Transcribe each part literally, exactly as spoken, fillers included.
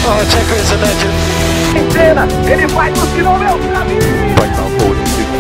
Oh, Checo is a legend. Cena, ele vai nos quilômetros pra mim. Vai estar forward in two.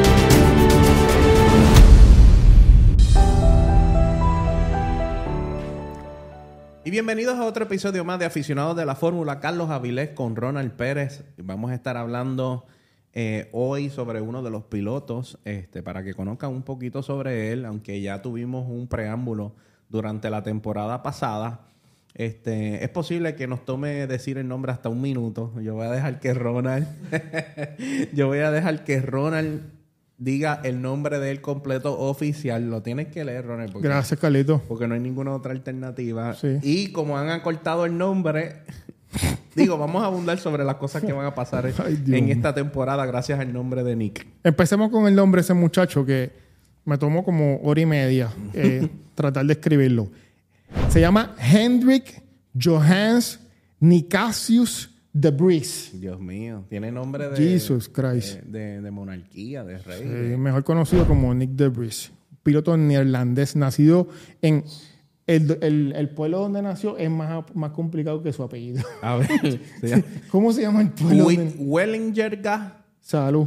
Y bienvenidos a otro episodio más de Aficionados de la Fórmula. Carlos Avilés con Ronald Pérez. Vamos a estar hablando eh, hoy sobre uno de los pilotos, este, para que conozcan un poquito sobre él, aunque ya tuvimos un preámbulo durante la temporada pasada. Este, es posible que nos tome decir el nombre hasta un minuto. Yo voy a dejar que Ronald yo voy a dejar que Ronald diga el nombre del completo oficial. Lo tienes que leer, Ronald, porque, gracias, Carlito, porque no hay ninguna otra alternativa. Sí. Y como han acortado el nombre, digo, vamos a abundar sobre las cosas que van a pasar Ay, en esta temporada gracias al nombre de Nick. Empecemos con el nombre de ese muchacho que me tomó como hora y media eh, tratar de escribirlo. Se llama Hendrik Johannes Nicasius de Vries. Dios mío, tiene nombre de, Jesus Christ. de, de, de monarquía, de rey. Eh, mejor conocido como Nick de Vries. Piloto neerlandés, nacido en el, el, el pueblo donde nació es más, más complicado que su apellido. A ver, se llama ¿Cómo se llama el pueblo? Wi- Wellingerga. Salud.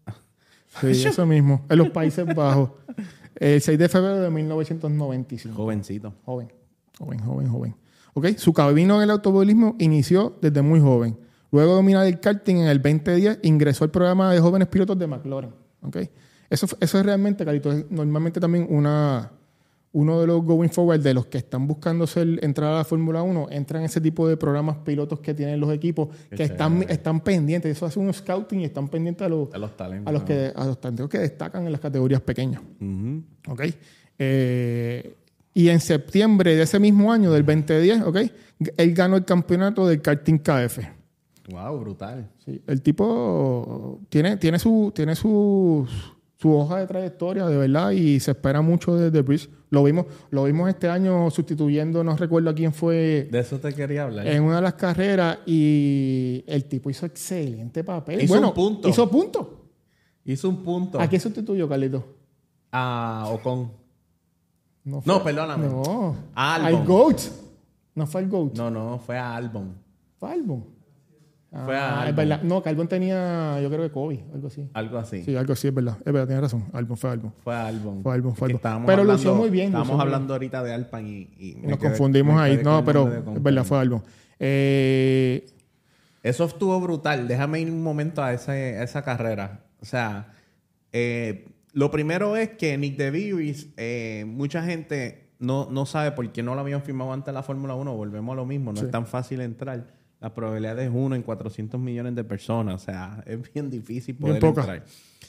Sí, eso mismo. En los Países Bajos. El seis de febrero de mil novecientos noventa y cinco. Jovencito. Joven, joven, joven, joven. ¿Okay? Su camino en el automovilismo inició desde muy joven. Luego de dominar el karting en el veinte diez, ingresó al programa de jóvenes pilotos de McLaren. ¿Okay? Eso, eso es realmente, Carito, es normalmente también una, uno de los going forward de los que están buscando ser, entrar a la Fórmula uno, entran en ese tipo de programas pilotos que tienen los equipos Qué que están, chévere. están pendientes. Eso hace un scouting y están pendientes a los, A los talentos. a los, ¿no? que, a los talentos que destacan en las categorías pequeñas. Ujú. ¿Ok? Eh, y en septiembre de ese mismo año, del veinte diez, ¿ok? Él ganó el campeonato del karting K F. Wow, brutal. Sí, el tipo tiene, tiene, su, tiene su, su hoja de trayectoria, de verdad, y se espera mucho de The Vries. Lo vimos, lo vimos este año sustituyendo, no recuerdo a quién fue, De eso te quería hablar. en una de las carreras, y el tipo hizo excelente papel. Hizo bueno, un punto. Hizo punto. Hizo un punto. ¿A quién sustituyó, Carlito? A Ocon. No, No, perdóname. No. A Albon. Al GOAT. No fue al GOAT. No, no, fue a Albon. Fue Albon. Fue a Ah, es Albon. verdad. No, que Albon tenía, yo creo que Kobe, algo así. Algo así. Sí, algo así, es verdad. Es verdad, tienes razón. Albon fue Albon. Fue a Albon. Fue Albon, fue Es que Albon. estábamos Pero hablando- lució muy bien, Estábamos lució muy hablando ahorita de Alpan y... y me Nos quedé- confundimos me ahí. quedé con No, el pero nombre de es Ocon. verdad, fue Albon. Eh, Eso estuvo brutal. Déjame ir un momento a, ese, a esa carrera. O sea, eh, lo primero es que Nick de Vries, eh, mucha gente no, no sabe por qué no lo habían firmado antes de la Fórmula uno. Volvemos a lo mismo. No Sí. es tan fácil entrar. La probabilidad es uno en cuatrocientos millones de personas. O sea, es bien difícil poder Bien poca. entrar.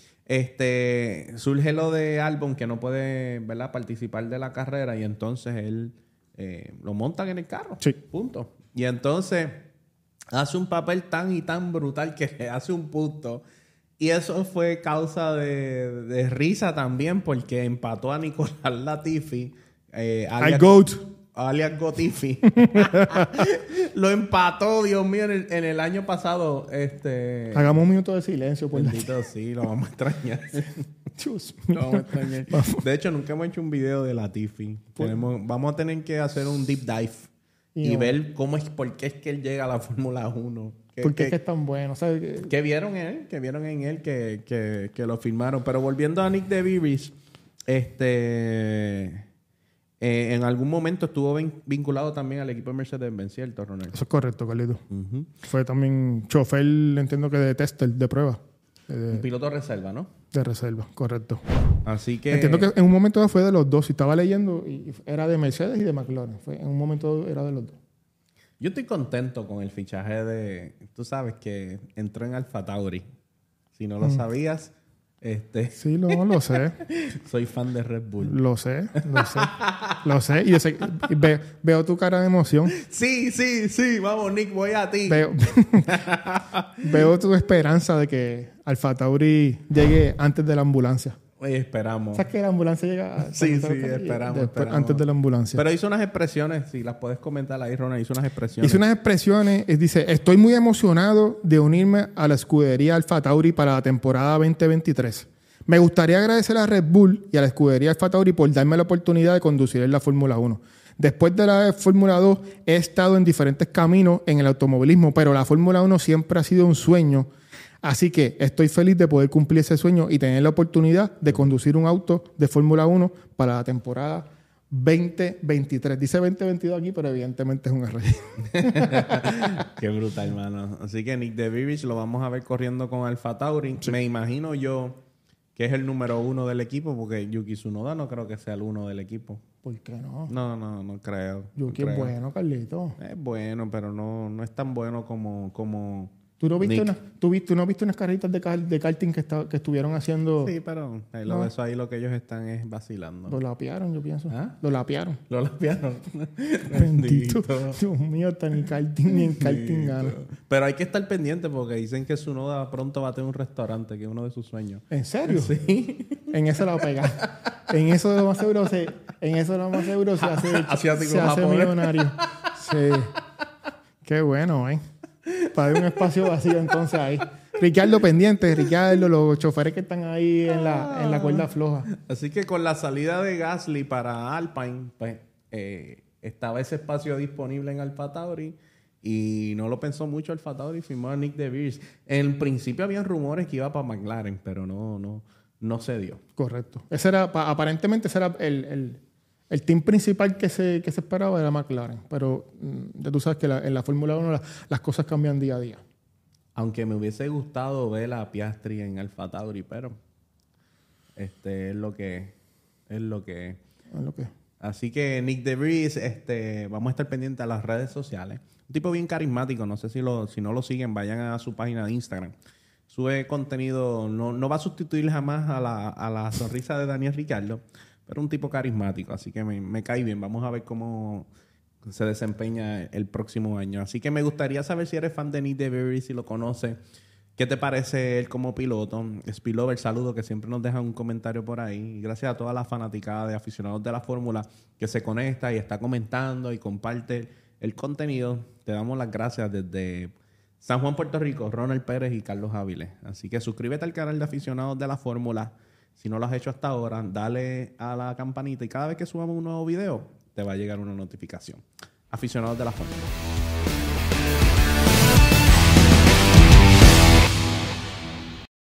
Este, surge lo de Albon, que no puede, ¿verdad?, participar de la carrera, y entonces él eh, lo montan en el carro. Sí. Punto. Y entonces hace un papel tan y tan brutal que hace un punto. Y eso fue causa de, de risa también, porque empató a Nicolás Latifi. Eh, al alias, GOAT. alias Gotifi. Lo empató, Dios mío, en el, en el año pasado. Este, Hagamos un minuto de silencio por la... bendito, sí, lo vamos a extrañar. Dios Lo mío. vamos a extrañar. De hecho, nunca hemos hecho un video de Latifi. Tenemos, vamos a tener que hacer un deep dive y, Y no. ver cómo es, por qué es que él llega a la Fórmula uno. ¿Qué, ¿Por qué qué- es que es tan bueno? ¿Sabes? qué? qué vieron en él? ¿Qué vieron en él que, que, que lo firmaron? Pero volviendo a Nick de Vries, este... Eh, en algún momento estuvo vin- vinculado también al equipo de Mercedes-Benz, ¿cierto, Ronald? Eso es correcto, Carlito. Ujú. Fue también chofer, entiendo que de tester, de prueba. eh, Un De, piloto reserva, ¿no? de reserva, correcto. Así que... Entiendo que en un momento fue de los dos. Si estaba leyendo, y era de Mercedes y de McLaren. Fue, en un momento era de los dos. Yo estoy contento con el fichaje de... Tú sabes que entró en Alfa Tauri. Si no lo sabías, este, Sí, lo, lo sé. soy fan de Red Bull. Lo sé, lo sé. Lo sé. Y yo sé, y ve- veo tu cara de emoción. Sí, sí, sí. Vamos, Nick, voy a ti. Veo, veo tu esperanza de que Alfa Tauri llegue antes de la ambulancia. Oye, esperamos. ¿Sabes que la ambulancia llega? Sí, cuando sí, toca? esperamos, Después, esperamos. Antes de la ambulancia. Pero hizo unas expresiones, si las puedes comentar ahí, Ronald, hizo unas expresiones. Hizo unas expresiones, eh, dice, estoy muy emocionado de unirme a la escudería Alfa Tauri para la temporada veinte veintitrés. Me gustaría agradecer a Red Bull y a la escudería Alfa Tauri por darme la oportunidad de conducir en la Fórmula uno. Después de la Fórmula dos, he estado en diferentes caminos en el automovilismo, pero la Fórmula uno siempre ha sido un sueño. Así que estoy feliz de poder cumplir ese sueño y tener la oportunidad de conducir un auto de Fórmula uno para la temporada veinte veintitrés. Dice veinte veintidós aquí, pero evidentemente es un error. Qué brutal, hermano. Así que Nick DeVries lo vamos a ver corriendo con Alfa Tauri. Sí. Me imagino yo que es el número uno del equipo, porque Yuki Tsunoda no creo que sea el uno del equipo. ¿Por qué no? No, no, no creo. Yuki no es creo. bueno, Carlito. Es bueno, pero no, no es tan bueno como... como ¿Tú no viste, Nick. una, tú, viste, ¿tú no viste unas carritas de, car, de karting que, está, que estuvieron haciendo? Sí, pero ahí lo, No. eso ahí lo que ellos están es vacilando. Lo lapearon, yo pienso. ¿Ah? Lo lapearon. Lo lapearon. Bendito. Dios mío, hasta ni karting ni en karting gana. Pero hay que estar pendiente porque dicen que Tsunoda pronto va a tener un restaurante, que es uno de sus sueños. ¿En serio? Sí. En eso la va a pegar. En eso lo más seguro se, en eso lo más seguro se hace, Asiático se hace japonés. millonario. Sí. Qué bueno, ¿eh? Para un espacio vacío entonces ahí. Ricardo pendiente, Ricardo, los choferes que están ahí en la, en la cuerda floja. Así que con la salida de Gasly para Alpine, pues eh, estaba ese espacio disponible en Alfa Tauri y no lo pensó mucho Alfa Tauri, firmó a Nick DeVries. En principio habían rumores que iba para McLaren, pero no, no, no se dio. Correcto. Ese era, aparentemente ese era el, el, el team principal que se, que se esperaba, era McLaren. Pero mm, ya tú sabes que la, en la Fórmula uno la, las cosas cambian día a día. Aunque me hubiese gustado ver a Piastri en Alfa Tauri, pero este es lo que es lo que Es lo que... Así que Nick DeVries, este, vamos a estar pendientes a las redes sociales. Un tipo bien carismático, no sé si lo, si no lo siguen, vayan a su página de Instagram. Sube contenido, no, no va a sustituir jamás a la, a la sonrisa de Daniel Ricciardo, pero un tipo carismático, así que me, me cae bien. Vamos a ver cómo se desempeña el próximo año. Así que me gustaría saber si eres fan de Nick DeVries, si lo conoces. ¿Qué te parece él como piloto? Spillover, saludo, que siempre nos deja un comentario por ahí. Y gracias a toda la fanaticada de aficionados de la Fórmula que se conecta y está comentando y comparte el contenido. Te damos las gracias desde San Juan, Puerto Rico, Ronald Pérez y Carlos Áviles. Así que suscríbete al canal de aficionados de la Fórmula. Si no lo has hecho hasta ahora, dale a la campanita y cada vez que subamos un nuevo video, te va a llegar una notificación. Aficionados de la Fórmula.